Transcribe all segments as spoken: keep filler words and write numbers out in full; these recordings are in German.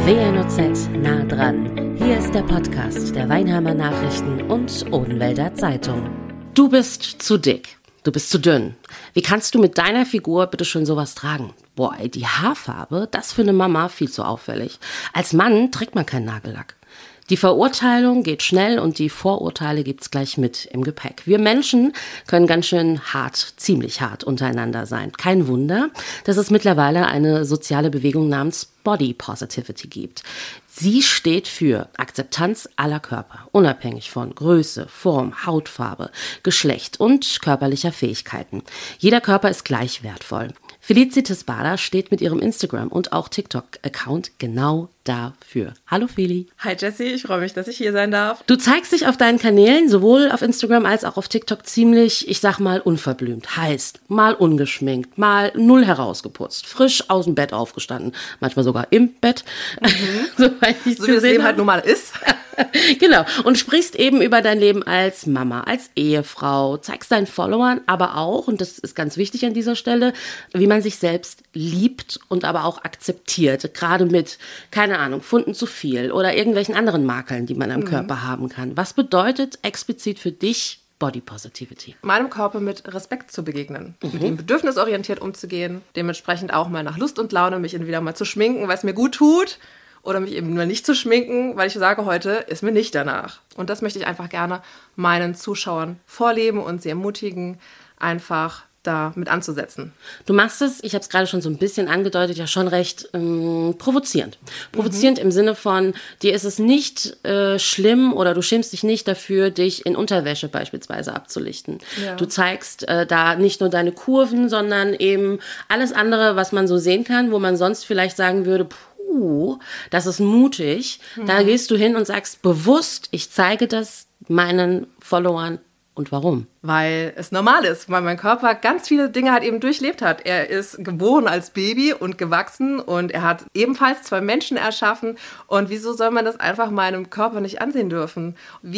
W N O Z nah dran. Hier ist der Podcast der Weinheimer Nachrichten und Odenwälder Zeitung. Du bist zu dick. Du bist zu dünn. Wie kannst du mit deiner Figur bitte schon sowas tragen? Boah, ey, die Haarfarbe, das für eine Mama viel zu auffällig. Als Mann trägt man keinen Nagellack. Die Verurteilung geht schnell und die Vorurteile gibt's gleich mit im Gepäck. Wir Menschen können ganz schön hart, ziemlich hart untereinander sein. Kein Wunder, dass es mittlerweile eine soziale Bewegung namens Body Positivity gibt. Sie steht für Akzeptanz aller Körper, unabhängig von Größe, Form, Hautfarbe, Geschlecht und körperlicher Fähigkeiten. Jeder Körper ist gleich wertvoll. Felicitas Bader steht mit ihrem Instagram- und auch TikTok-Account genau dafür. Hallo Feli. Hi Jessie, ich freue mich, dass ich hier sein darf. Du zeigst dich auf deinen Kanälen, sowohl auf Instagram als auch auf TikTok, ziemlich, ich sag mal, unverblümt. Heißt, mal ungeschminkt, mal null herausgeputzt, frisch aus dem Bett aufgestanden, manchmal sogar im Bett. Mhm. so wie das Leben halt nun mal ist. Genau. Und sprichst eben über dein Leben als Mama, als Ehefrau, zeigst deinen Followern aber auch, und das ist ganz wichtig an dieser Stelle, wie man sich selbst liebt und aber auch akzeptiert. Gerade mit, keine Ahnung, Pfunden zu viel oder irgendwelchen anderen Makeln, die man am mhm. Körper haben kann. Was bedeutet explizit für dich Body Positivity? Meinem Körper mit Respekt zu begegnen, mhm. mit ihm bedürfnisorientiert umzugehen, dementsprechend auch mal nach Lust und Laune mich wieder mal zu schminken, weil es mir gut tut. Oder mich eben nur nicht zu schminken, weil ich sage, heute ist mir nicht danach. Und das möchte ich einfach gerne meinen Zuschauern vorleben und sie ermutigen, einfach da mit anzusetzen. Du machst es, ich habe es gerade schon so ein bisschen angedeutet, ja schon recht ähm, provozierend. Provozierend mhm. im Sinne von, dir ist es nicht äh, schlimm oder du schämst dich nicht dafür, dich in Unterwäsche beispielsweise abzulichten. Ja. Du zeigst äh, da nicht nur deine Kurven, sondern eben alles andere, was man so sehen kann, wo man sonst vielleicht sagen würde, puh, das ist mutig. Mhm. Da gehst du hin und sagst bewusst, ich zeige das meinen Followern. Und warum? Weil es normal ist, weil mein Körper ganz viele Dinge halt eben durchlebt hat. Er ist geboren als Baby und gewachsen und er hat ebenfalls zwei Menschen erschaffen. Und wieso soll man das einfach meinem Körper nicht ansehen dürfen?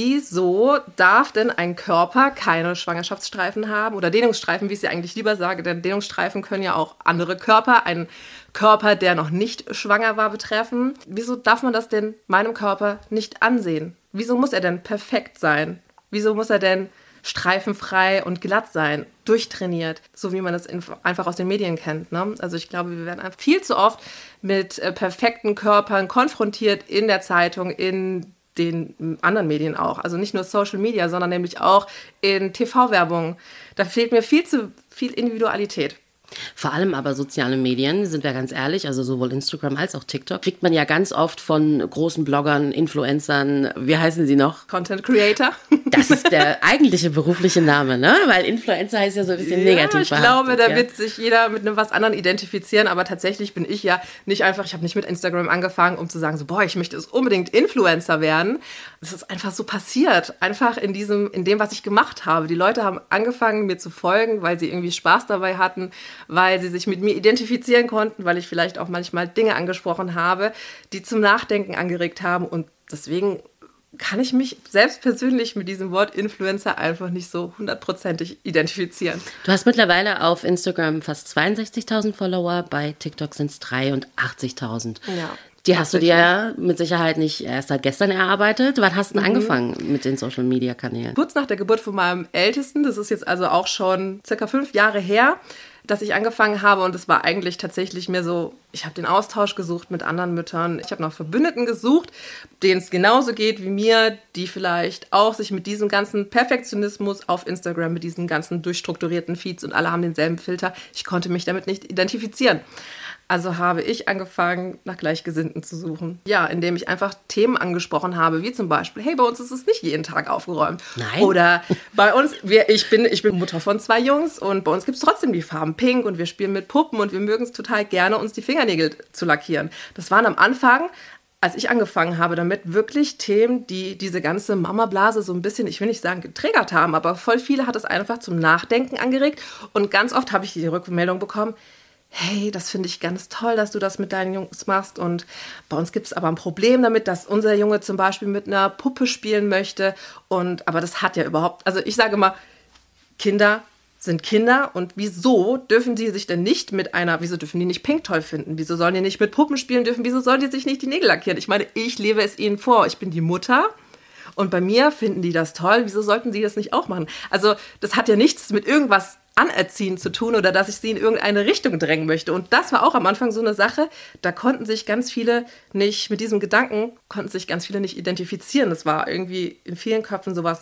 Wieso darf denn ein Körper keine Schwangerschaftsstreifen haben oder Dehnungsstreifen, wie ich sie eigentlich lieber sage, denn Dehnungsstreifen können ja auch andere Körper, einen Körper, der noch nicht schwanger war, betreffen. Wieso darf man das denn meinem Körper nicht ansehen? Wieso muss er denn perfekt sein? Wieso muss er denn streifenfrei und glatt sein, durchtrainiert, so wie man das einfach aus den Medien kennt. Ne? Also ich glaube, wir werden viel zu oft mit äh, perfekten Körpern konfrontiert in der Zeitung, in den anderen Medien auch. Also nicht nur Social Media, sondern nämlich auch in T V-Werbung. Da fehlt mir viel zu viel Individualität. Vor allem aber soziale Medien, sind wir ganz ehrlich, also sowohl Instagram als auch TikTok, kriegt man ja ganz oft von großen Bloggern, Influencern, wie heißen sie noch? Content Creator. Das ist der eigentliche berufliche Name, ne? Weil Influencer heißt ja so ein bisschen ja, negativ. Ich glaube, da ja. wird sich jeder mit einem was anderem identifizieren, aber tatsächlich bin ich ja nicht einfach, ich habe nicht mit Instagram angefangen, um zu sagen, so, boah, ich möchte es unbedingt Influencer werden. Es ist einfach so passiert, einfach in diesem, in dem, was ich gemacht habe. Die Leute haben angefangen, mir zu folgen, weil sie irgendwie Spaß dabei hatten, weil sie sich mit mir identifizieren konnten, weil ich vielleicht auch manchmal Dinge angesprochen habe, die zum Nachdenken angeregt haben. Und deswegen kann ich mich selbst persönlich mit diesem Wort Influencer einfach nicht so hundertprozentig identifizieren. Du hast mittlerweile auf Instagram fast zweiundsechzigtausend Follower, bei TikTok sind es dreiundachtzigtausend. Ja. Die hast du dir ja mit Sicherheit nicht erst seit gestern erarbeitet. Wann hast du denn mhm. angefangen mit den Social-Media-Kanälen? Kurz nach der Geburt von meinem Ältesten, das ist jetzt also auch schon circa fünf Jahre her, dass ich angefangen habe, und es war eigentlich tatsächlich mehr so, ich habe den Austausch gesucht mit anderen Müttern. Ich habe nach Verbündeten gesucht, denen es genauso geht wie mir, die vielleicht auch sich mit diesem ganzen Perfektionismus auf Instagram, mit diesen ganzen durchstrukturierten Feeds und alle haben denselben Filter. Ich konnte mich damit nicht identifizieren. Also habe ich angefangen, nach Gleichgesinnten zu suchen. Ja, indem ich einfach Themen angesprochen habe, wie zum Beispiel, hey, bei uns ist es nicht jeden Tag aufgeräumt. Nein. Oder bei uns, wir, ich, bin, ich bin Mutter von zwei Jungs und bei uns gibt es trotzdem die Farben Pink und wir spielen mit Puppen und wir mögen es total gerne, uns die Fingernägel zu lackieren. Das waren am Anfang, als ich angefangen habe damit, wirklich Themen, die diese ganze Mama-Blase so ein bisschen, ich will nicht sagen getriggert haben, aber voll viele hat es einfach zum Nachdenken angeregt. Und ganz oft habe ich die Rückmeldung bekommen, hey, das finde ich ganz toll, dass du das mit deinen Jungs machst und bei uns gibt es aber ein Problem damit, dass unser Junge zum Beispiel mit einer Puppe spielen möchte und aber das hat ja überhaupt, also ich sage immer, Kinder sind Kinder und wieso dürfen die sich denn nicht mit einer, wieso dürfen die nicht Pink toll finden? Wieso sollen die nicht mit Puppen spielen dürfen? Wieso sollen die sich nicht die Nägel lackieren? Ich meine, ich lebe es ihnen vor. Ich bin die Mutter und bei mir finden die das toll. Wieso sollten sie das nicht auch machen? Also das hat ja nichts mit irgendwas anerziehen zu tun oder dass ich sie in irgendeine Richtung drängen möchte. Und das war auch am Anfang so eine Sache, da konnten sich ganz viele nicht, mit diesem Gedanken konnten sich ganz viele nicht identifizieren. Das war irgendwie in vielen Köpfen sowas,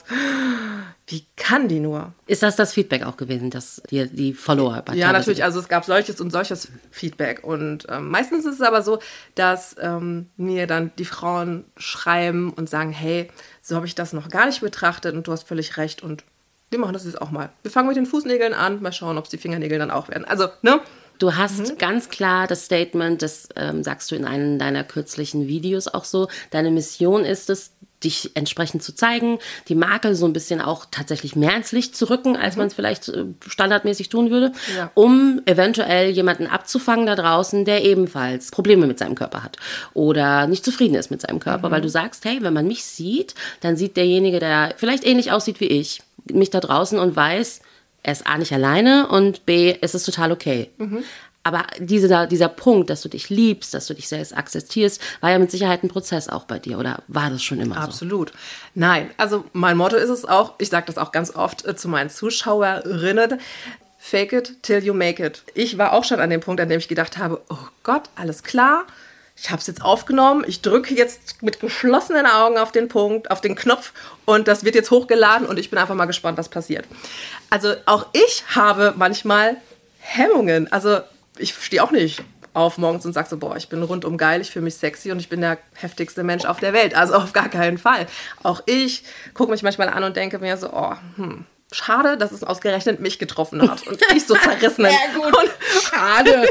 wie kann die nur? Ist das das Feedback auch gewesen, dass dir die Follower bei Ja, natürlich, also es gab solches und solches Feedback und ähm, meistens ist es aber so, dass ähm, mir dann die Frauen schreiben und sagen, hey, so habe ich das noch gar nicht betrachtet und du hast völlig recht und wir machen das jetzt auch mal. Wir fangen mit den Fußnägeln an, mal schauen, ob es die Fingernägel dann auch werden. Also, ne? Du hast mhm. ganz klar das Statement, das ähm, sagst du in einem deiner kürzlichen Videos auch so, deine Mission ist es, dich entsprechend zu zeigen, die Makel so ein bisschen auch tatsächlich mehr ins Licht zu rücken, als mhm. man es vielleicht äh, standardmäßig tun würde, ja. um eventuell jemanden abzufangen da draußen, der ebenfalls Probleme mit seinem Körper hat oder nicht zufrieden ist mit seinem Körper, mhm. weil du sagst, hey, wenn man mich sieht, dann sieht derjenige, der vielleicht ähnlich aussieht wie ich, mich da draußen und weiß, er ist A, nicht alleine und B, es ist total okay. Mhm. Aber dieser, dieser Punkt, dass du dich liebst, dass du dich selbst akzeptierst, war ja mit Sicherheit ein Prozess auch bei dir. Oder war das schon immer so? Absolut. Nein, also mein Motto ist es auch, ich sage das auch ganz oft äh, zu meinen Zuschauerinnen, fake it till you make it. Ich war auch schon an dem Punkt, an dem ich gedacht habe, oh Gott, alles klar. Ich habe es jetzt aufgenommen, ich drücke jetzt mit geschlossenen Augen auf den Punkt, auf den Knopf und das wird jetzt hochgeladen und ich bin einfach mal gespannt, was passiert. Also auch ich habe manchmal Hemmungen. Also ich stehe auch nicht auf morgens und sage so, boah, ich bin rundum geil, ich fühle mich sexy und ich bin der heftigste Mensch auf der Welt. Also auf gar keinen Fall. Auch ich gucke mich manchmal an und denke mir so, oh, hm. Schade, dass es ausgerechnet mich getroffen hat und ich so zerrissen bin. Ja, gut. Und schade.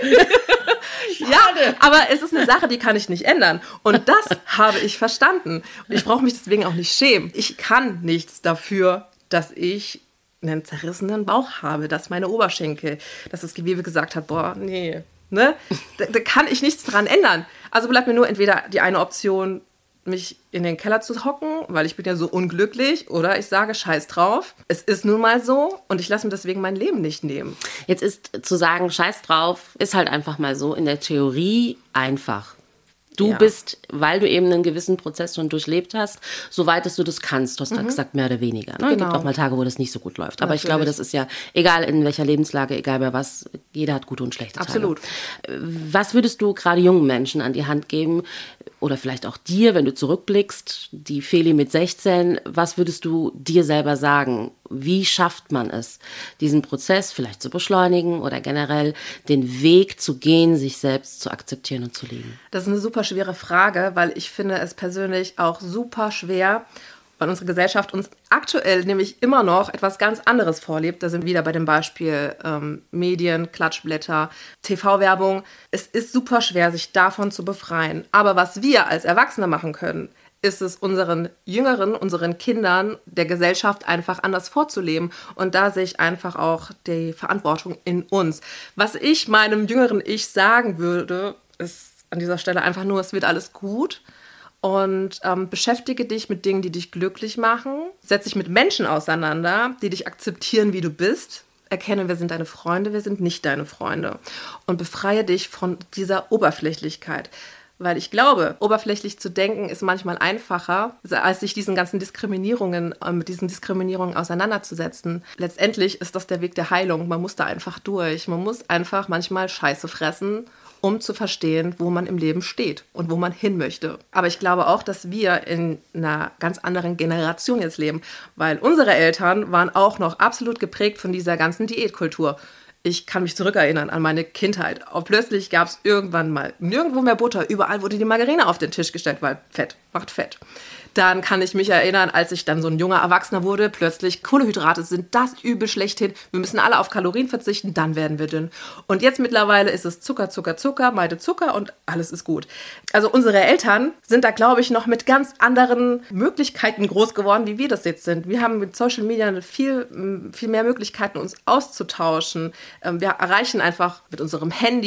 Ja, aber es ist eine Sache, die kann ich nicht ändern. Und das habe ich verstanden. Und ich brauche mich deswegen auch nicht schämen. Ich kann nichts dafür, dass ich einen zerrissenen Bauch habe, dass meine Oberschenkel, dass das Gewebe gesagt hat, boah, nee, ne? Da, da kann ich nichts dran ändern. Also bleibt mir nur entweder die eine Option, mich in den Keller zu hocken, weil ich bin ja so unglücklich, oder ich sage, scheiß drauf, es ist nun mal so und ich lasse mir deswegen mein Leben nicht nehmen. Jetzt ist zu sagen, scheiß drauf, ist halt einfach mal so in der Theorie einfach. Du ja. bist, weil du eben einen gewissen Prozess schon durchlebt hast, soweit dass du das kannst. Du hast mhm. gerade gesagt, mehr oder weniger. Ne? Es genau. gibt auch mal Tage, wo das nicht so gut läuft. Aber Natürlich. ich glaube, das ist ja egal in welcher Lebenslage, egal bei was, jeder hat gute und schlechte Tage. Absolut. Was würdest du gerade jungen Menschen an die Hand geben oder vielleicht auch dir, wenn du zurückblickst, die Feli mit sechzehn, was würdest du dir selber sagen? Wie schafft man es, diesen Prozess vielleicht zu beschleunigen oder generell den Weg zu gehen, sich selbst zu akzeptieren und zu lieben? Das ist eine super schwere Frage, weil ich finde es persönlich auch super schwer, weil unsere Gesellschaft uns aktuell nämlich immer noch etwas ganz anderes vorlebt. Da sind wir wieder bei dem Beispiel ähm, Medien, Klatschblätter, T V-Werbung. Es ist super schwer, sich davon zu befreien. Aber was wir als Erwachsene machen können, ist es unseren Jüngeren, unseren Kindern, der Gesellschaft einfach anders vorzuleben. Und da sehe ich einfach auch die Verantwortung in uns. Was ich meinem jüngeren Ich sagen würde, ist an dieser Stelle einfach nur, es wird alles gut. Und ähm, beschäftige dich mit Dingen, die dich glücklich machen. Setz dich mit Menschen auseinander, die dich akzeptieren, wie du bist. Erkenne, wer sind deine Freunde, wer sind nicht deine Freunde. Und befreie dich von dieser Oberflächlichkeit. Weil ich glaube, oberflächlich zu denken ist manchmal einfacher, als sich diesen ganzen Diskriminierungen, mit diesen Diskriminierungen auseinanderzusetzen. Letztendlich ist das der Weg der Heilung. Man muss da einfach durch. Man muss einfach manchmal Scheiße fressen, um zu verstehen, wo man im Leben steht und wo man hin möchte. Aber ich glaube auch, dass wir in einer ganz anderen Generation jetzt leben, weil unsere Eltern waren auch noch absolut geprägt von dieser ganzen Diätkultur. Ich kann mich zurückerinnern an meine Kindheit. Und plötzlich gab es irgendwann mal nirgendwo mehr Butter. Überall wurde die Margarine auf den Tisch gestellt, weil Fett macht Fett. Dann kann ich mich erinnern, als ich dann so ein junger Erwachsener wurde, plötzlich Kohlenhydrate sind das übel schlechthin. Wir müssen alle auf Kalorien verzichten, dann werden wir dünn. Und jetzt mittlerweile ist es Zucker, Zucker, Zucker, meide Zucker und alles ist gut. Also unsere Eltern sind da, glaube ich, noch mit ganz anderen Möglichkeiten groß geworden, wie wir das jetzt sind. Wir haben mit Social Media viel, viel mehr Möglichkeiten, uns auszutauschen. Wir erreichen einfach mit unserem Handy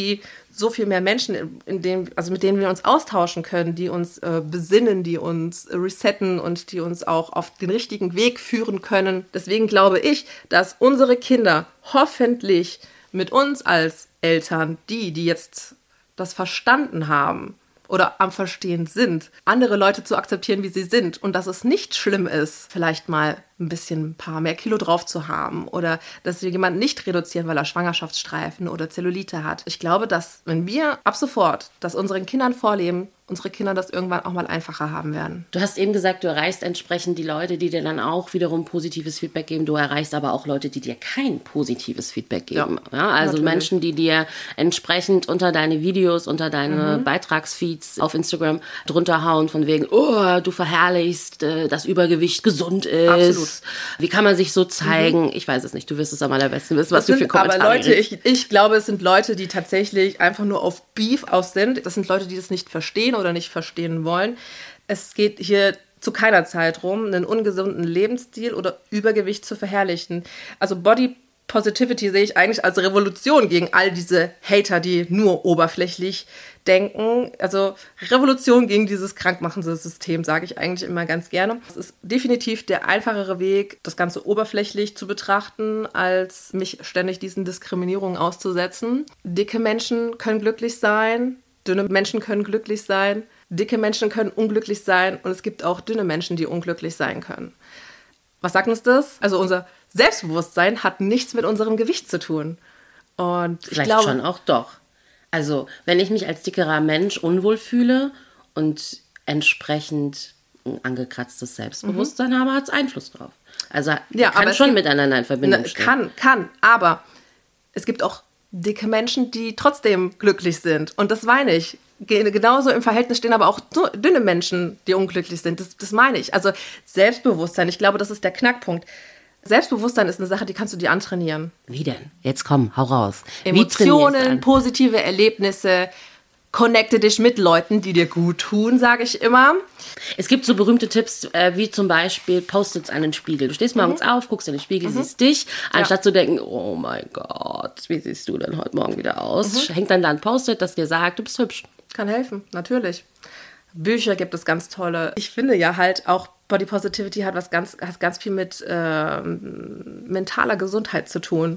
so viel mehr Menschen, in, in denen, also mit denen wir uns austauschen können, die uns äh, besinnen, die uns äh, resetten und die uns auch auf den richtigen Weg führen können. Deswegen glaube ich, dass unsere Kinder hoffentlich mit uns als Eltern, die, die jetzt das verstanden haben oder am Verstehen sind, andere Leute zu akzeptieren, wie sie sind und dass es nicht schlimm ist, vielleicht mal ein bisschen ein paar mehr Kilo drauf zu haben oder dass wir jemanden nicht reduzieren, weil er Schwangerschaftsstreifen oder Zellulite hat. Ich glaube, dass wenn wir ab sofort das unseren Kindern vorleben, unsere Kinder das irgendwann auch mal einfacher haben werden. Du hast eben gesagt, du erreichst entsprechend die Leute, die dir dann auch wiederum positives Feedback geben. Du erreichst aber auch Leute, die dir kein positives Feedback geben. Ja, ja, also natürlich. Menschen, die dir entsprechend unter deine Videos, unter deine mhm. Beitragsfeeds auf Instagram drunter hauen, von wegen, oh, du verherrlichst, äh, dass Übergewicht gesund ist. Absolut. Wie kann man sich so zeigen? Mhm. Ich weiß es nicht, du wirst es am allerbesten wissen, was das du für Kommentare Aber Leute, ich, ich glaube, es sind Leute, die tatsächlich einfach nur auf Beef aus sind. Das sind Leute, die das nicht verstehen oder nicht verstehen wollen. Es geht hier zu keiner Zeit darum, einen ungesunden Lebensstil oder Übergewicht zu verherrlichen. Also Body Positivity sehe ich eigentlich als Revolution gegen all diese Hater, die nur oberflächlich denken. Also Revolution gegen dieses krankmachende System, sage ich eigentlich immer ganz gerne. Es ist definitiv der einfachere Weg, das Ganze oberflächlich zu betrachten, als mich ständig diesen Diskriminierungen auszusetzen. Dicke Menschen können glücklich sein, dünne Menschen können glücklich sein, dicke Menschen können unglücklich sein und es gibt auch dünne Menschen, die unglücklich sein können. Was sagt uns das? Also unser Selbstbewusstsein hat nichts mit unserem Gewicht zu tun. Und ich Vielleicht glaube, schon auch doch. Also wenn ich mich als dickerer Mensch unwohl fühle und entsprechend ein angekratztes Selbstbewusstsein mhm. habe, hat es Einfluss drauf. Also ja, kann aber schon gibt, miteinander in Verbindung stehen. Kann, kann, aber es gibt auch dicke Menschen, die trotzdem glücklich sind. Und das meine ich. Genauso im Verhältnis stehen aber auch dünne Menschen, die unglücklich sind. Das, das meine ich. Also Selbstbewusstsein, ich glaube, das ist der Knackpunkt. Selbstbewusstsein ist eine Sache, die kannst du dir antrainieren. Wie denn? Jetzt komm, hau raus. Emotionen, positive Erlebnisse, connecte dich mit Leuten, die dir gut tun, sage ich immer. Es gibt so berühmte Tipps, äh, wie zum Beispiel Post-its an den Spiegel. Du stehst morgens mhm. auf, guckst in den Spiegel, mhm. siehst dich, anstatt ja. zu denken, oh mein Gott, wie siehst du denn heute Morgen wieder aus? Mhm. Hängt dann da ein Post-it, das dir sagt, du bist hübsch. Kann helfen, natürlich. Bücher gibt es ganz tolle. Ich finde ja halt auch, Body Positivity hat was ganz, hat ganz viel mit äh, mentaler Gesundheit zu tun.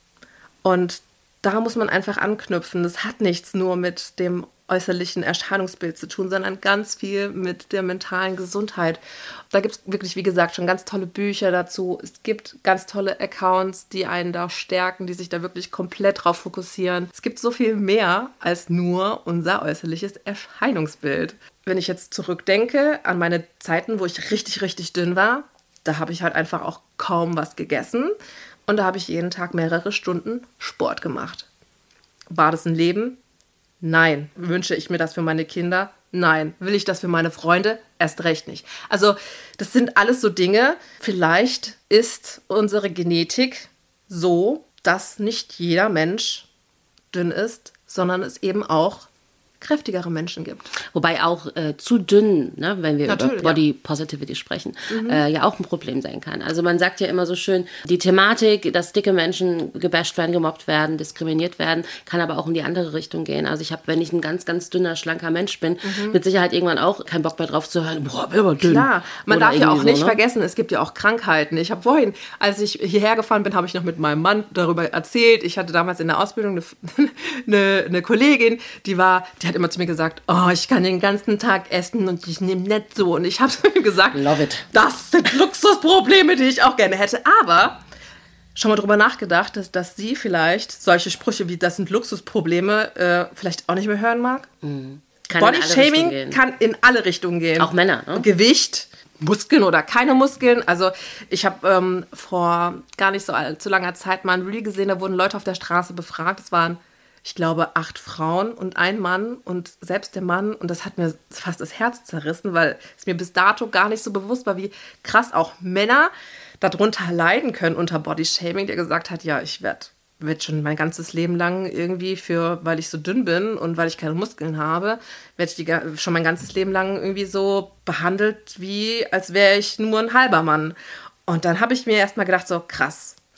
Und da muss man einfach anknüpfen. Das hat nichts nur mit dem äußerlichen Erscheinungsbild zu tun, sondern ganz viel mit der mentalen Gesundheit. Da gibt es wirklich, wie gesagt, schon ganz tolle Bücher dazu. Es gibt ganz tolle Accounts, die einen da stärken, die sich da wirklich komplett drauf fokussieren. Es gibt so viel mehr als nur unser äußerliches Erscheinungsbild. Wenn ich jetzt zurückdenke an meine Zeiten, wo ich richtig, richtig dünn war, da habe ich halt einfach auch kaum was gegessen. Und da habe ich jeden Tag mehrere Stunden Sport gemacht. War das ein Leben? Nein. Wünsche ich mir das für meine Kinder? Nein. Will ich das für meine Freunde? Erst recht nicht. Also das sind alles so Dinge. Vielleicht ist unsere Genetik so, dass nicht jeder Mensch dünn ist, sondern es eben auch kräftigere Menschen gibt. Wobei auch äh, zu dünn, ne, wenn wir Natürlich, über Body ja. Positivity sprechen, Mhm. äh, ja auch ein Problem sein kann. Also man sagt ja immer so schön, die Thematik, dass dicke Menschen gebasht werden, gemobbt werden, diskriminiert werden, kann aber auch in die andere Richtung gehen. Also ich habe, wenn ich ein ganz, ganz dünner, schlanker Mensch bin, mhm. mit Sicherheit irgendwann auch keinen Bock mehr drauf zu hören, boah, wer war dünn. Klar, man Oder darf ja auch so, nicht ne? vergessen, es gibt ja auch Krankheiten. Ich habe vorhin, als ich hierher gefahren bin, habe ich noch mit meinem Mann darüber erzählt. Ich hatte damals in der Ausbildung eine, eine, eine Kollegin, die war, die hat immer zu mir gesagt, oh, ich kann den ganzen Tag essen und ich nehme nicht so. Und ich habe zu ihm gesagt, Love it. Das sind Luxusprobleme, die ich auch gerne hätte. Aber schon mal drüber nachgedacht, dass, dass sie vielleicht solche Sprüche wie, das sind Luxusprobleme, äh, vielleicht auch nicht mehr hören mag? Mhm. Bodyshaming kann in alle Richtungen gehen. Auch Männer, ne? Gewicht, Muskeln oder keine Muskeln. Also ich habe ähm, vor gar nicht so allzu langer Zeit mal ein Reel gesehen, da wurden Leute auf der Straße befragt. Es waren, ich glaube, acht Frauen und ein Mann und selbst der Mann. Und das hat mir fast das Herz zerrissen, weil es mir bis dato gar nicht so bewusst war, wie krass auch Männer darunter leiden können unter Bodyshaming, der gesagt hat, ja, ich werde werd schon mein ganzes Leben lang irgendwie für, weil ich so dünn bin und weil ich keine Muskeln habe, werde ich die, schon mein ganzes Leben lang irgendwie so behandelt, wie als wäre ich nur ein halber Mann. Und dann habe ich mir erstmal gedacht, so krass,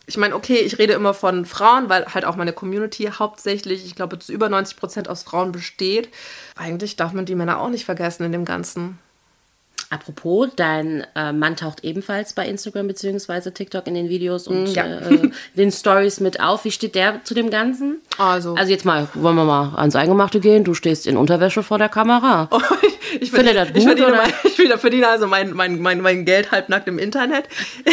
ich meine, okay, ich rede immer von Frauen, weil halt auch meine Community hauptsächlich, ich glaube, zu über neunzig Prozent aus Frauen besteht. Eigentlich darf man die Männer auch nicht vergessen in dem Ganzen. Apropos, dein äh, Mann taucht ebenfalls bei Instagram bzw. TikTok in den Videos und ja. äh, den Stories mit auf. Wie steht der zu dem Ganzen? Also, also jetzt mal, wollen wir mal ans Eingemachte gehen? Du stehst in Unterwäsche vor der Kamera. Oh, ich, ich finde das gut, ich verdiene, oder? Mein, ich verdiene also mein, mein, mein, mein Geld halbnackt im Internet.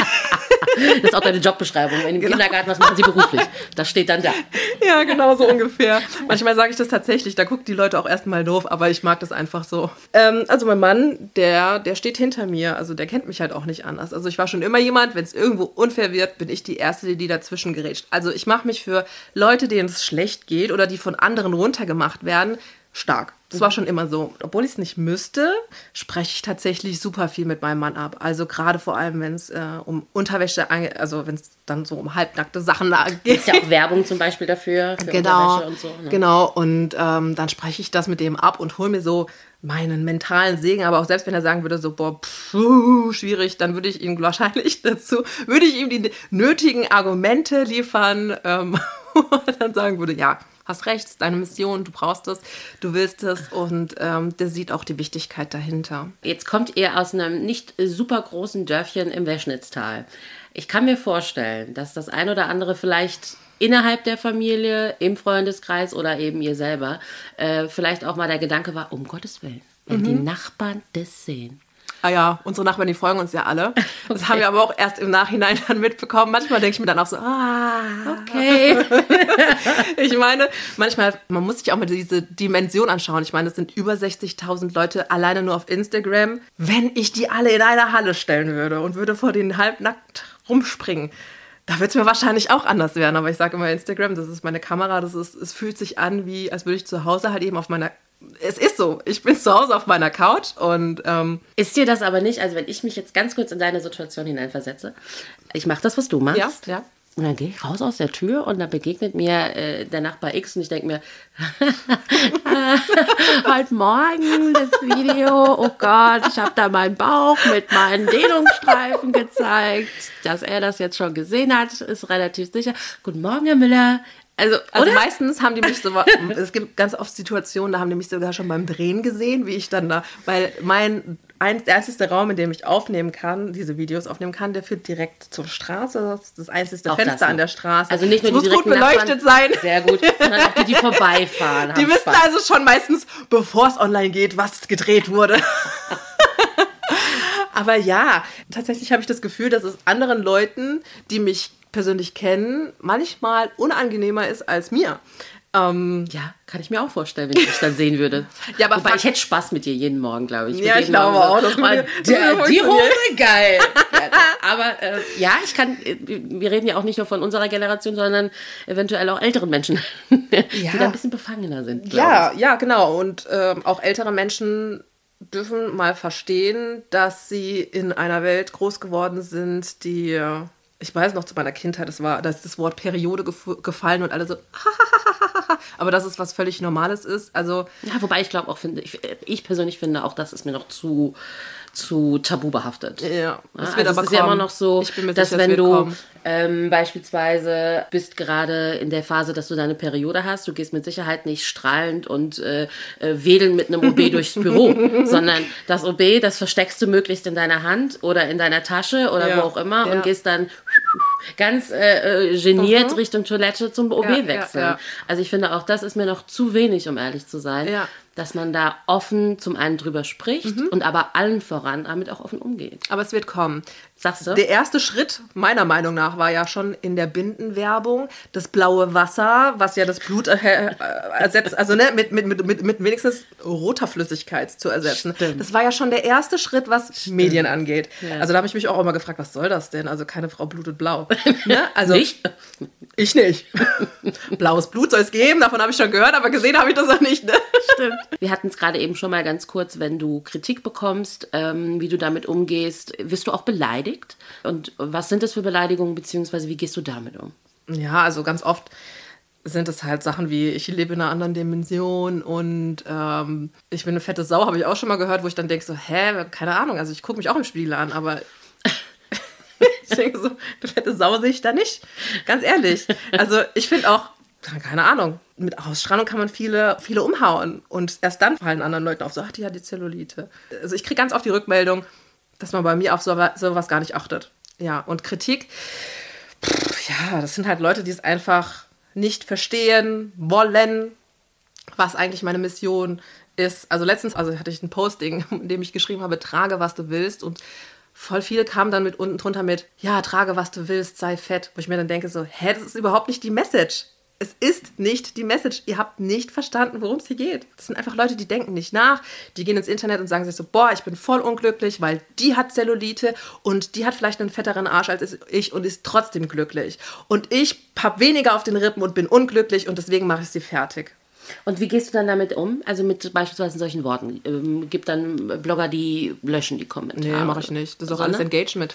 Das ist auch deine Jobbeschreibung. In dem genau. Kindergarten, was machen Sie beruflich? Das steht dann da. Ja, genau so ungefähr. Manchmal sage ich das tatsächlich, da gucken die Leute auch erstmal doof, aber ich mag das einfach so. Ähm, also mein Mann, der, der steht hinter mir, also der kennt mich halt auch nicht anders. Also ich war schon immer jemand, wenn es irgendwo unfair wird, bin ich die Erste, die dazwischen gerätscht. Also ich mache mich für Leute, denen es schlecht geht oder die von anderen runtergemacht werden, stark. Das war schon immer so. Obwohl ich es nicht müsste, spreche ich tatsächlich super viel mit meinem Mann ab. Also gerade vor allem, wenn es äh, um Unterwäsche, also wenn es dann so um halbnackte Sachen geht. Ist ja auch Werbung zum Beispiel dafür, für genau, Unterwäsche und so. Ne? Genau, und ähm, dann spreche ich das mit dem ab und hole mir so meinen mentalen Segen. Aber auch selbst wenn er sagen würde, so, boah, pfuh, schwierig, dann würde ich ihm wahrscheinlich dazu, würde ich ihm die nötigen Argumente liefern, ähm, wo er dann sagen würde, ja, hast recht, es ist deine Mission, du brauchst es, du willst es und ähm, der sieht auch die Wichtigkeit dahinter. Jetzt kommt ihr aus einem nicht super großen Dörfchen im Weschnitztal. Ich kann mir vorstellen, dass das ein oder andere vielleicht innerhalb der Familie, im Freundeskreis oder eben ihr selber äh, vielleicht auch mal der Gedanke war, um Gottes Willen, wenn mhm. die Nachbarn das sehen. Ah ja, unsere Nachbarn, die folgen uns ja alle. Das okay. haben wir aber auch erst im Nachhinein dann mitbekommen. Manchmal denke ich mir dann auch so, ah, okay. Ich meine, manchmal, man muss sich auch mal diese Dimension anschauen. Ich meine, es sind über sechzigtausend Leute alleine nur auf Instagram. Wenn ich die alle in eine Halle stellen würde und würde vor denen halbnackt rumspringen, da wird es mir wahrscheinlich auch anders werden. Aber ich sage immer, Instagram, das ist meine Kamera, das ist, es fühlt sich an, wie als würde ich zu Hause halt eben auf meiner Es ist so, ich bin zu Hause auf meiner Couch und... Ähm ist dir das aber nicht, also wenn ich mich jetzt ganz kurz in deine Situation hineinversetze, ich mache das, was du machst. Ja, ja. Und dann gehe ich raus aus der Tür und dann begegnet mir äh, der Nachbar X und ich denke mir, heute Morgen das Video, oh Gott, ich habe da meinen Bauch mit meinen Dehnungsstreifen gezeigt. Dass er das jetzt schon gesehen hat, ist relativ sicher. Guten Morgen, Herr Müller. Also, also meistens haben die mich so, es gibt ganz oft Situationen, da haben die mich sogar schon beim Drehen gesehen, wie ich dann da, weil mein ein, der einzige Raum, in dem ich aufnehmen kann, diese Videos aufnehmen kann, der führt direkt zur Straße, das ist das einzige Fenster das an der Straße. Also nicht nur es die muss gut beleuchtet Nachbarn, sein. Sehr gut, sondern auch die, die vorbeifahren. Die wissen Spaß. Also schon meistens, bevor es online geht, was gedreht wurde. Aber ja, tatsächlich habe ich das Gefühl, dass es anderen Leuten, die mich persönlich kennen, manchmal unangenehmer ist als mir. Ähm, ja, kann ich mir auch vorstellen, wenn ich dich dann sehen würde. Ja, aber Wobei, ich hätte Spaß mit dir jeden Morgen, glaube ich. Ja, ich glaube auch. Das oh, der, die Hose, geil. Ja, aber äh, ja, ich kann, wir reden ja auch nicht nur von unserer Generation, sondern eventuell auch älteren Menschen, die ja. da ein bisschen befangener sind. Ja, ich. ja, genau. Und äh, auch ältere Menschen dürfen mal verstehen, dass sie in einer Welt groß geworden sind, die... Ich weiß noch, zu meiner Kindheit, das war, da ist das Wort Periode gef- gefallen und alle so, aber dass es was völlig Normales ist. Also ja, wobei ich glaube auch, finde, ich, ich persönlich finde auch, das ist mir noch zu, zu tabu behaftet. Ja, das ja, wird also aber es ist kommen. Ja immer noch so, dass sicher, wenn du ähm, beispielsweise bist gerade in der Phase, dass du deine Periode hast, du gehst mit Sicherheit nicht strahlend und äh, wedelnd mit einem O B durchs Büro, sondern das O B, das versteckst du möglichst in deiner Hand oder in deiner Tasche oder ja, wo auch immer ja. und gehst dann ganz äh, geniert mhm. Richtung Toilette zum O B ja, wechseln. Ja, ja. Also ich finde auch, das ist mir noch zu wenig, um ehrlich zu sein, ja. dass man da offen zum einen drüber spricht mhm. und aber allen voran damit auch offen umgeht. Aber es wird kommen. Sagst du? Der erste Schritt, meiner Meinung nach, war ja schon in der Bindenwerbung das blaue Wasser, was ja das Blut äh, ersetzt, also ne, mit, mit, mit, mit wenigstens roter Flüssigkeit zu ersetzen. Stimmt. Das war ja schon der erste Schritt, was Stimmt. Medien angeht. Ja. Also da habe ich mich auch immer gefragt, was soll das denn? Also keine Frau blutet blau. Ne? Also, nicht? Ich nicht. Blaues Blut soll es geben, davon habe ich schon gehört, aber gesehen habe ich das auch nicht. Ne? Stimmt. Wir hatten es gerade eben schon mal ganz kurz, wenn du Kritik bekommst, ähm, wie du damit umgehst, wirst du auch beleidigt? Und was sind das für Beleidigungen, beziehungsweise wie gehst du damit um? Ja, also ganz oft sind es halt Sachen wie, ich lebe in einer anderen Dimension und ähm, ich bin eine fette Sau, habe ich auch schon mal gehört, wo ich dann denke so, hä, keine Ahnung, also ich gucke mich auch im Spiegel an, aber Ich denke so, du fette Sau sehe ich da nicht. Ganz ehrlich. Also ich finde auch, keine Ahnung, mit Ausstrahlung kann man viele, viele umhauen. Und erst dann fallen anderen Leuten auf, so, ach, die hat die Zellulite. Also ich kriege ganz oft die Rückmeldung, dass man bei mir auf sowas, sowas gar nicht achtet. Ja, und Kritik, pff, ja, das sind halt Leute, die es einfach nicht verstehen wollen, was eigentlich meine Mission ist. Also letztens also hatte ich ein Posting, in dem ich geschrieben habe, trage, was du willst. Und voll viele kamen dann mit unten drunter mit, ja, trage, was du willst, sei fett. Wo ich mir dann denke so, hä, das ist überhaupt nicht die Message. Es ist nicht die Message. Ihr habt nicht verstanden, worum es hier geht. Das sind einfach Leute, die denken nicht nach. Die gehen ins Internet und sagen sich so, boah, ich bin voll unglücklich, weil die hat Zellulite und die hat vielleicht einen fetteren Arsch als ich und ist trotzdem glücklich. Und ich habe weniger auf den Rippen und bin unglücklich und deswegen mache ich sie fertig. Und wie gehst du dann damit um? Also mit beispielsweise solchen Worten. Ähm, gibt dann Blogger, die löschen die Kommentare? Nee, mache ich nicht. Das ist auch alles Engagement.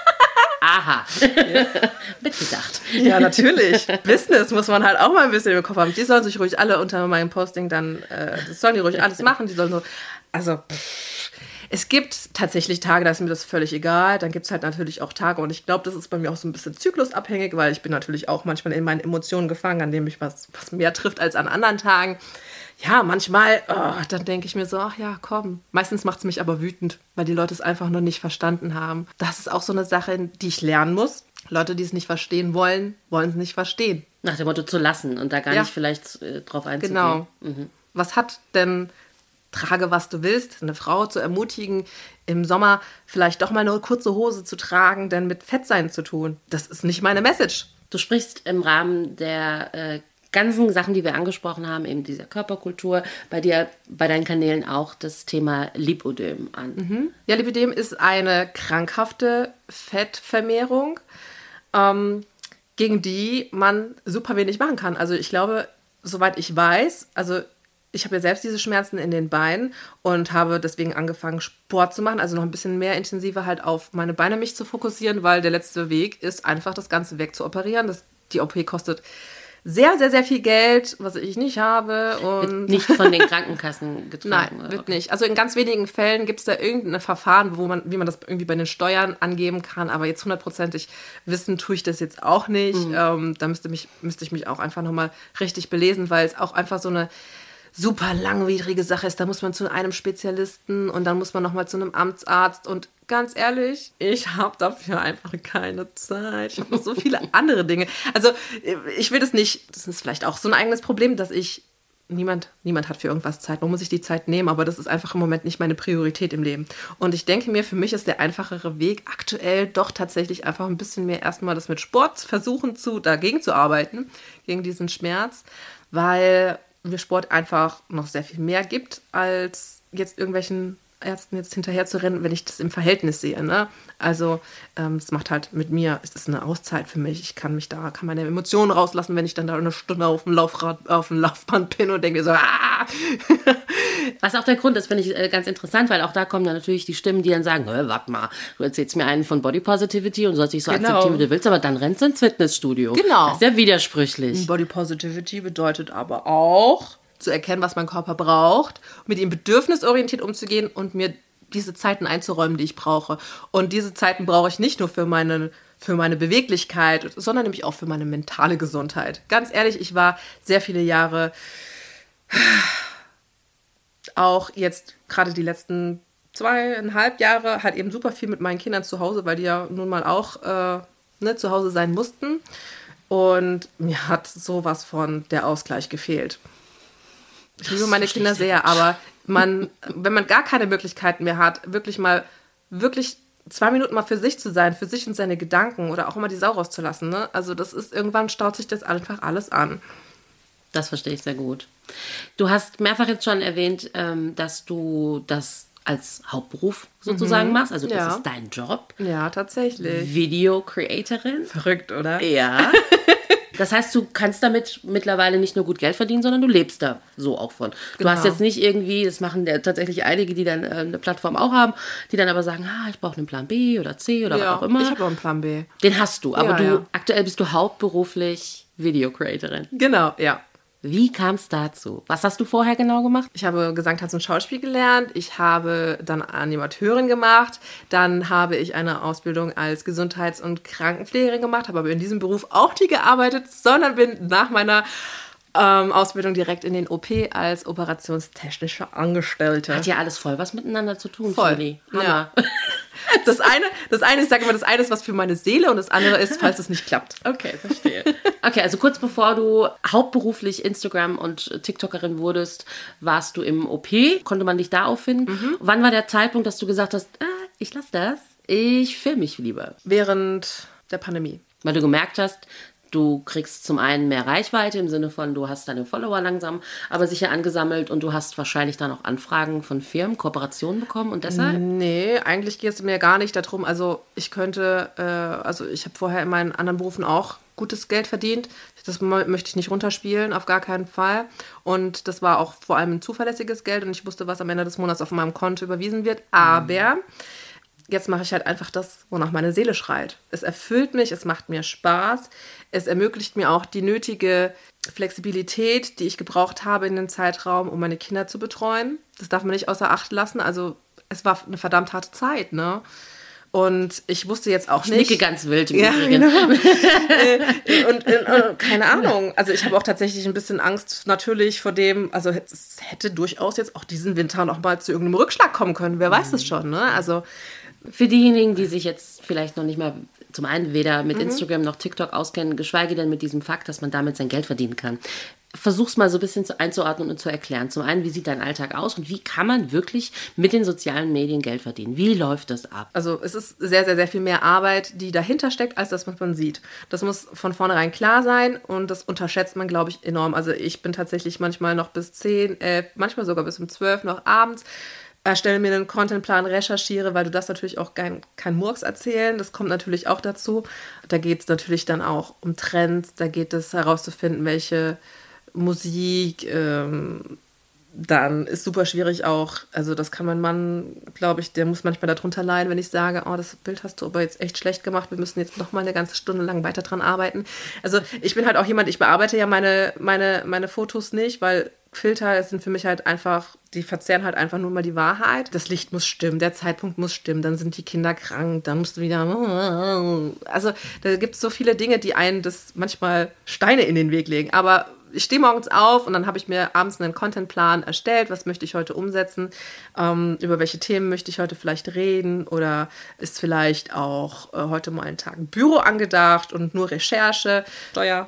Aha. Ja. Mitgedacht. Ja, natürlich. Business muss man halt auch mal ein bisschen im Kopf haben. Die sollen sich ruhig alle unter meinem Posting dann, äh, das sollen die ruhig alles machen. Die sollen so, also, pff. Es gibt tatsächlich Tage, da ist mir das völlig egal. Dann gibt es halt natürlich auch Tage und ich glaube, das ist bei mir auch so ein bisschen zyklusabhängig, weil ich bin natürlich auch manchmal in meinen Emotionen gefangen, an dem mich was, was mehr trifft als an anderen Tagen. Ja, manchmal, oh, dann denke ich mir so, ach ja, komm. Meistens macht es mich aber wütend, weil die Leute es einfach noch nicht verstanden haben. Das ist auch so eine Sache, die ich lernen muss. Leute, die es nicht verstehen wollen, wollen es nicht verstehen. Nach dem Motto zu lassen und da gar ja. nicht vielleicht äh, drauf einzugehen. Genau. Mhm. Was hat denn, trage, was du willst, eine Frau zu ermutigen, im Sommer vielleicht doch mal eine kurze Hose zu tragen, denn mit Fettsein zu tun? Das ist nicht meine Message. Du sprichst im Rahmen der äh, ganzen Sachen, die wir angesprochen haben, eben dieser Körperkultur, bei dir, bei deinen Kanälen auch das Thema Lipödem an. Mhm. Ja, Lipödem ist eine krankhafte Fettvermehrung, ähm, gegen die man super wenig machen kann. Also ich glaube, soweit ich weiß, also ich habe ja selbst diese Schmerzen in den Beinen und habe deswegen angefangen, Sport zu machen, also noch ein bisschen mehr intensiver halt auf meine Beine mich zu fokussieren, weil der letzte Weg ist einfach, das Ganze wegzuoperieren. Das, die O P kostet sehr, sehr, sehr viel Geld, was ich nicht habe. Und wird nicht von den Krankenkassen getragen? Nein, wird okay. nicht. Also in ganz wenigen Fällen gibt es da irgendein Verfahren, wo man, wie man das irgendwie bei den Steuern angeben kann, aber jetzt hundertprozentig wissen tue ich das jetzt auch nicht. Mhm. Ähm, da müsste, mich, müsste ich mich auch einfach nochmal richtig belesen, weil es auch einfach so eine super langwierige Sache ist. Da muss man zu einem Spezialisten und dann muss man nochmal zu einem Amtsarzt und ganz ehrlich, ich habe dafür einfach keine Zeit. Ich habe noch so viele andere Dinge. Also ich will das nicht, das ist vielleicht auch so ein eigenes Problem, dass ich, niemand, niemand hat für irgendwas Zeit. Man muss sich die Zeit nehmen, aber das ist einfach im Moment nicht meine Priorität im Leben. Und ich denke mir, für mich ist der einfachere Weg aktuell doch tatsächlich einfach ein bisschen mehr erstmal das mit Sport versuchen, zu, dagegen zu arbeiten, gegen diesen Schmerz, weil mir Sport einfach noch sehr viel mehr gibt, als jetzt irgendwelchen Ärzten jetzt hinterher zu rennen, wenn ich das im Verhältnis sehe. Ne? Also ähm, es macht halt mit mir, es ist eine Auszeit für mich. Ich kann mich da, kann meine Emotionen rauslassen, wenn ich dann da eine Stunde auf dem Laufrad, auf dem Laufband bin und denke so, ah! Was auch der Grund ist, finde ich äh, ganz interessant, weil auch da kommen dann natürlich die Stimmen, die dann sagen, warte mal, du erzählst mir einen von Body Positivity und sollst dich so genau. akzeptieren, wie du willst, aber dann rennst du ins Fitnessstudio. Genau. Das ist ja widersprüchlich. Body Positivity bedeutet aber auch, zu erkennen, was mein Körper braucht, mit ihm bedürfnisorientiert umzugehen und mir diese Zeiten einzuräumen, die ich brauche. Und diese Zeiten brauche ich nicht nur für meine, für meine Beweglichkeit, sondern nämlich auch für meine mentale Gesundheit. Ganz ehrlich, ich war sehr viele Jahre, auch jetzt gerade die letzten zweieinhalb Jahre, halt eben super viel mit meinen Kindern zu Hause, weil die ja nun mal auch äh, ne, zu Hause sein mussten. Und mir hat sowas von der Ausgleich gefehlt. Ich liebe meine Kinder sehr, aber man, wenn man gar keine Möglichkeiten mehr hat, wirklich mal, wirklich zwei Minuten mal für sich zu sein, für sich und seine Gedanken oder auch immer die Sau rauszulassen, ne? Also das ist, irgendwann staut sich das einfach alles an. Das verstehe ich sehr gut. Du hast mehrfach jetzt schon erwähnt, dass du das als Hauptberuf sozusagen mhm. machst. Also das ja. ist dein Job. Ja, tatsächlich. Video-Creatorin. Verrückt, oder? Ja. Das heißt, du kannst damit mittlerweile nicht nur gut Geld verdienen, sondern du lebst da so auch von. Du genau. hast jetzt nicht irgendwie, das machen ja tatsächlich einige, die dann äh, eine Plattform auch haben, die dann aber sagen, ah, ich brauche einen Plan B oder C oder ja, was auch immer. Ich habe auch einen Plan B. Den hast du, aber ja, du ja. aktuell bist du hauptberuflich Video-Creatorin. Genau, ja. Wie kam es dazu? Was hast du vorher genau gemacht? Ich habe Gesang, Tanz und Schauspiel gelernt. Ich habe dann Animateurin gemacht. Dann habe ich eine Ausbildung als Gesundheits- und Krankenpflegerin gemacht, habe aber in diesem Beruf auch nie gearbeitet, sondern bin nach meiner ähm, Ausbildung direkt in den O P als operationstechnische Angestellte. Hat ja alles voll was miteinander zu tun, Voll. Julie. Hammer. Ja. Das eine, das eine, ich sage immer, das eine ist was für meine Seele und das andere ist, falls es nicht klappt. Okay, verstehe. Okay, also kurz bevor du hauptberuflich Instagram- und TikTokerin wurdest, warst du im O P. Konnte man dich da auffinden? Mhm. Wann war der Zeitpunkt, dass du gesagt hast, ah, ich lasse das, ich filme mich lieber? Während der Pandemie. Weil du gemerkt hast, du kriegst zum einen mehr Reichweite im Sinne von, du hast deine Follower langsam, aber sicher angesammelt und du hast wahrscheinlich dann auch Anfragen von Firmen, Kooperationen bekommen und deshalb? Nee, eigentlich geht es mir gar nicht darum. Also ich könnte, äh, also ich habe vorher in meinen anderen Berufen auch gutes Geld verdient. Das möchte ich nicht runterspielen, auf gar keinen Fall. Und das war auch vor allem ein zuverlässiges Geld und ich wusste, was am Ende des Monats auf meinem Konto überwiesen wird. Aber jetzt mache ich halt einfach das, wonach meine Seele schreit. Es erfüllt mich, es macht mir Spaß. Es ermöglicht mir auch die nötige Flexibilität, die ich gebraucht habe in dem Zeitraum, um meine Kinder zu betreuen. Das darf man nicht außer Acht lassen. Also es war eine verdammt harte Zeit, ne? Und ich wusste jetzt auch nicht... Ich nicke ganz wild im ja, Übrigen. Genau. und, und, und keine Ahnung. Also ich habe auch tatsächlich ein bisschen Angst natürlich vor dem, also es hätte durchaus jetzt auch diesen Winter noch mal zu irgendeinem Rückschlag kommen können. Wer weiß es schon, ne? Also für diejenigen, die sich jetzt vielleicht noch nicht mal zum einen weder mit mhm. Instagram noch TikTok auskennen, geschweige denn mit diesem Fakt, dass man damit sein Geld verdienen kann. Versuch's mal so ein bisschen einzuordnen und zu erklären. Zum einen, wie sieht dein Alltag aus und wie kann man wirklich mit den sozialen Medien Geld verdienen? Wie läuft das ab? Also es ist sehr, sehr, sehr viel mehr Arbeit, die dahinter steckt, als das, was man sieht. Das muss von vornherein klar sein und das unterschätzt man, glaube ich, enorm. Also ich bin tatsächlich manchmal noch bis zehn, elf, manchmal sogar bis um zwölf noch abends, erstelle mir einen Contentplan, recherchiere, weil du das natürlich auch kein, kein Murks erzählen, das kommt natürlich auch dazu. Da geht es natürlich dann auch um Trends, da geht es herauszufinden, welche Musik, ähm, dann ist super schwierig auch, also das kann mein Mann, glaube ich, der muss manchmal darunter leiden, wenn ich sage, oh, das Bild hast du aber jetzt echt schlecht gemacht, wir müssen jetzt noch mal eine ganze Stunde lang weiter dran arbeiten. Also ich bin halt auch jemand, ich bearbeite ja meine, meine, meine Fotos nicht, weil Filter sind für mich halt einfach, die verzerren halt einfach nur mal die Wahrheit. Das Licht muss stimmen, der Zeitpunkt muss stimmen, dann sind die Kinder krank, dann musst du wieder... Also da gibt es so viele Dinge, die einen das manchmal Steine in den Weg legen, aber ich stehe morgens auf und dann habe ich mir abends einen Contentplan erstellt, was möchte ich heute umsetzen, ähm, über welche Themen möchte ich heute vielleicht reden oder ist vielleicht auch äh, heute mal ein Tag Büro angedacht und nur Recherche, Steuer,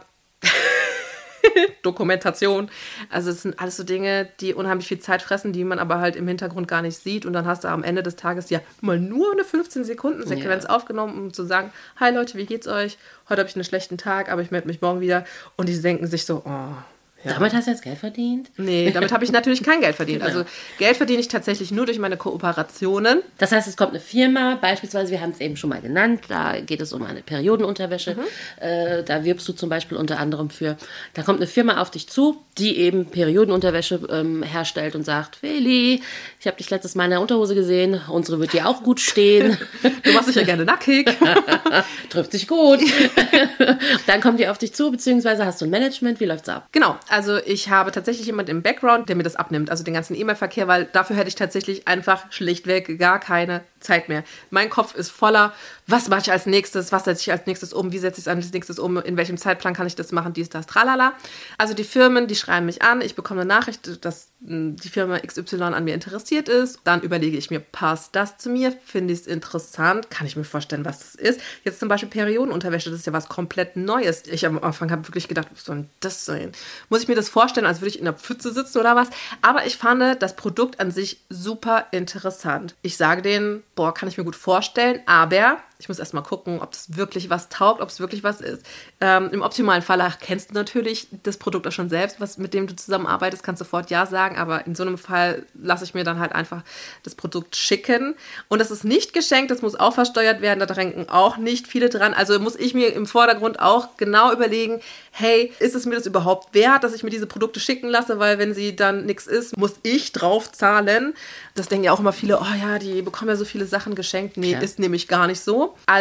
Dokumentation. Also es sind alles so Dinge, die unheimlich viel Zeit fressen, die man aber halt im Hintergrund gar nicht sieht und dann hast du am Ende des Tages ja mal nur eine fünfzehn-Sekunden-Sequenz yeah. aufgenommen, um zu sagen, hi Leute, wie geht's euch? Heute habe ich einen schlechten Tag, aber ich melde mich morgen wieder und die denken sich so, oh... Ja. Damit hast du jetzt Geld verdient? Nee, damit habe ich natürlich kein Geld verdient. Genau. Also Geld verdiene ich tatsächlich nur durch meine Kooperationen. Das heißt, es kommt eine Firma, beispielsweise, wir haben es eben schon mal genannt, da geht es um eine Periodenunterwäsche. Mhm. Äh, da wirbst du zum Beispiel unter anderem für. Da kommt eine Firma auf dich zu, die eben Periodenunterwäsche ähm, herstellt und sagt, Feli, ich habe dich letztes Mal in der Unterhose gesehen, unsere wird dir auch gut stehen. Du machst dich ja gerne nackig. Trifft sich gut. Dann kommt die auf dich zu, beziehungsweise hast du ein Management, wie läuft's ab? Genau. Also ich habe tatsächlich jemanden im Background, der mir das abnimmt, also den ganzen E-Mail-Verkehr, weil dafür hätte ich tatsächlich einfach schlichtweg gar keine Zeit mehr. Mein Kopf ist voller, was mache ich als nächstes, was setze ich als nächstes um, wie setze ich es als nächstes um, in welchem Zeitplan kann ich das machen, dies, das, tralala. Also die Firmen, die schreiben mich an, ich bekomme eine Nachricht, dass die Firma X Y an mir interessiert ist. Dann überlege ich mir, passt das zu mir? Finde ich es interessant? Kann ich mir vorstellen, was das ist? Jetzt zum Beispiel Periodenunterwäsche, das ist ja was komplett Neues. Ich am Anfang habe wirklich gedacht, was soll denn das sein? Muss ich mir das vorstellen, als würde ich in der Pfütze sitzen oder was? Aber ich fand das Produkt an sich super interessant. Ich sage denen, boah, kann ich mir gut vorstellen, aber ich muss erst mal gucken, ob es wirklich was taugt, ob es wirklich was ist. Ähm, im optimalen Fall kennst du natürlich das Produkt auch schon selbst, was, mit dem du zusammenarbeitest, kannst sofort Ja sagen, aber in so einem Fall lasse ich mir dann halt einfach das Produkt schicken. Und das ist nicht geschenkt, das muss auch versteuert werden, da denken auch nicht viele dran. Also muss ich mir im Vordergrund auch genau überlegen, hey, ist es mir das überhaupt wert, dass ich mir diese Produkte schicken lasse, weil wenn sie dann nichts ist, muss ich drauf zahlen. Das denken ja auch immer viele, oh ja, die bekommen ja so viele Sachen geschenkt. Nee, ja. Ist nämlich gar nicht so. Also,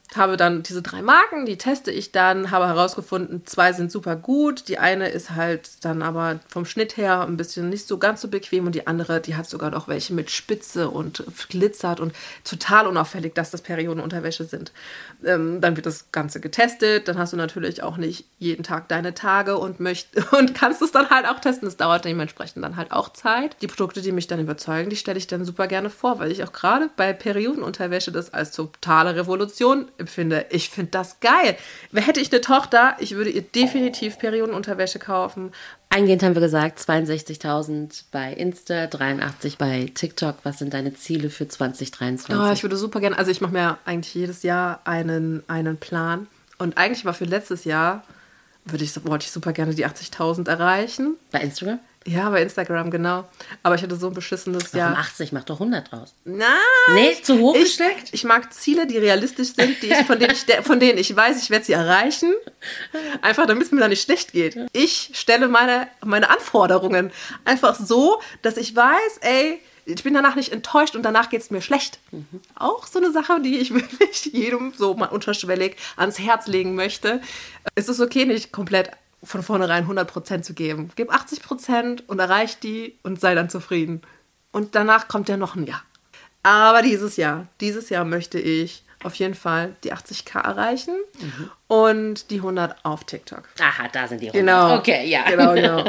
habe dann diese drei Marken, die teste ich dann, habe herausgefunden, zwei sind super gut, die eine ist halt dann aber vom Schnitt her ein bisschen nicht so ganz so bequem und die andere, die hat sogar noch welche mit Spitze und glitzert und total unauffällig, dass das Periodenunterwäsche sind. Ähm, dann wird das Ganze getestet, dann hast du natürlich auch nicht jeden Tag deine Tage und, möcht und kannst es dann halt auch testen. Das dauert dementsprechend dann halt auch Zeit. Die Produkte, die mich dann überzeugen, die stelle ich dann super gerne vor, weil ich auch gerade bei Periodenunterwäsche das als totale Revolution empfinde. Ich finde das geil. Hätte ich eine Tochter, ich würde ihr definitiv Periodenunterwäsche kaufen. Eingehend haben wir gesagt, zweiundsechzigtausend bei Insta, dreiundachtzig bei TikTok. Was sind deine Ziele für zwanzig dreiundzwanzig? Oh, ich würde super gerne, also ich mache mir eigentlich jedes Jahr einen, einen Plan. Und eigentlich war für letztes Jahr, würde ich, wollte ich super gerne die achtzigtausend erreichen. Bei Instagram? Ja, bei Instagram, genau. Aber ich hatte so ein beschissenes Warum Jahr. achtzig, mach doch hundert draus. Nein! Nee, zu hoch ich, gesteckt? Ich mag Ziele, die realistisch sind, die ich, von, denen ich, von denen ich weiß, ich werde sie erreichen. Einfach, damit es mir da nicht schlecht geht. Ich stelle meine, meine Anforderungen einfach so, dass ich weiß, ey, ich bin danach nicht enttäuscht und danach geht es mir schlecht. Mhm. Auch so eine Sache, die ich wirklich jedem so mal unterschwellig ans Herz legen möchte. Es ist okay, nicht komplett von vornherein hundert Prozent zu geben. Gib achtzig Prozent und erreich die und sei dann zufrieden. Und danach kommt ja noch ein Jahr. Aber dieses Jahr, dieses Jahr möchte ich auf jeden Fall die achtzigtausend erreichen mhm. und die hundert auf TikTok. Aha, da sind die hundert. Genau. Okay, ja. Genau, genau.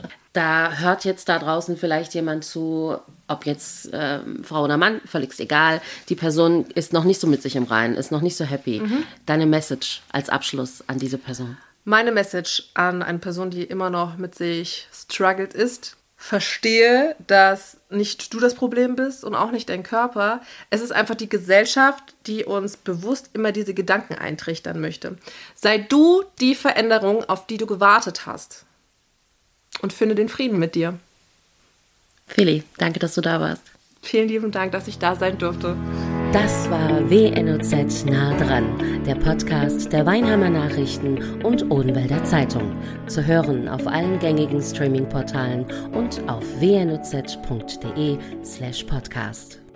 Da hört jetzt da draußen vielleicht jemand zu, ob jetzt ähm, Frau oder Mann, völlig egal. Die Person ist noch nicht so mit sich im Reinen, ist noch nicht so happy. Mhm. Deine Message als Abschluss an diese Person? Meine Message an eine Person, die immer noch mit sich struggelt ist: Verstehe, dass nicht du das Problem bist und auch nicht dein Körper. Es ist einfach die Gesellschaft, die uns bewusst immer diese Gedanken eintrichtern möchte. Sei du die Veränderung, auf die du gewartet hast. Und finde den Frieden mit dir. Feli, danke, dass du da warst. Vielen lieben Dank, dass ich da sein durfte. Das war W N O Z nah dran, der Podcast der Weinheimer Nachrichten und Odenwälder Zeitung. Zu hören auf allen gängigen Streaming-Portalen und auf w n o z punkt d e slash podcast.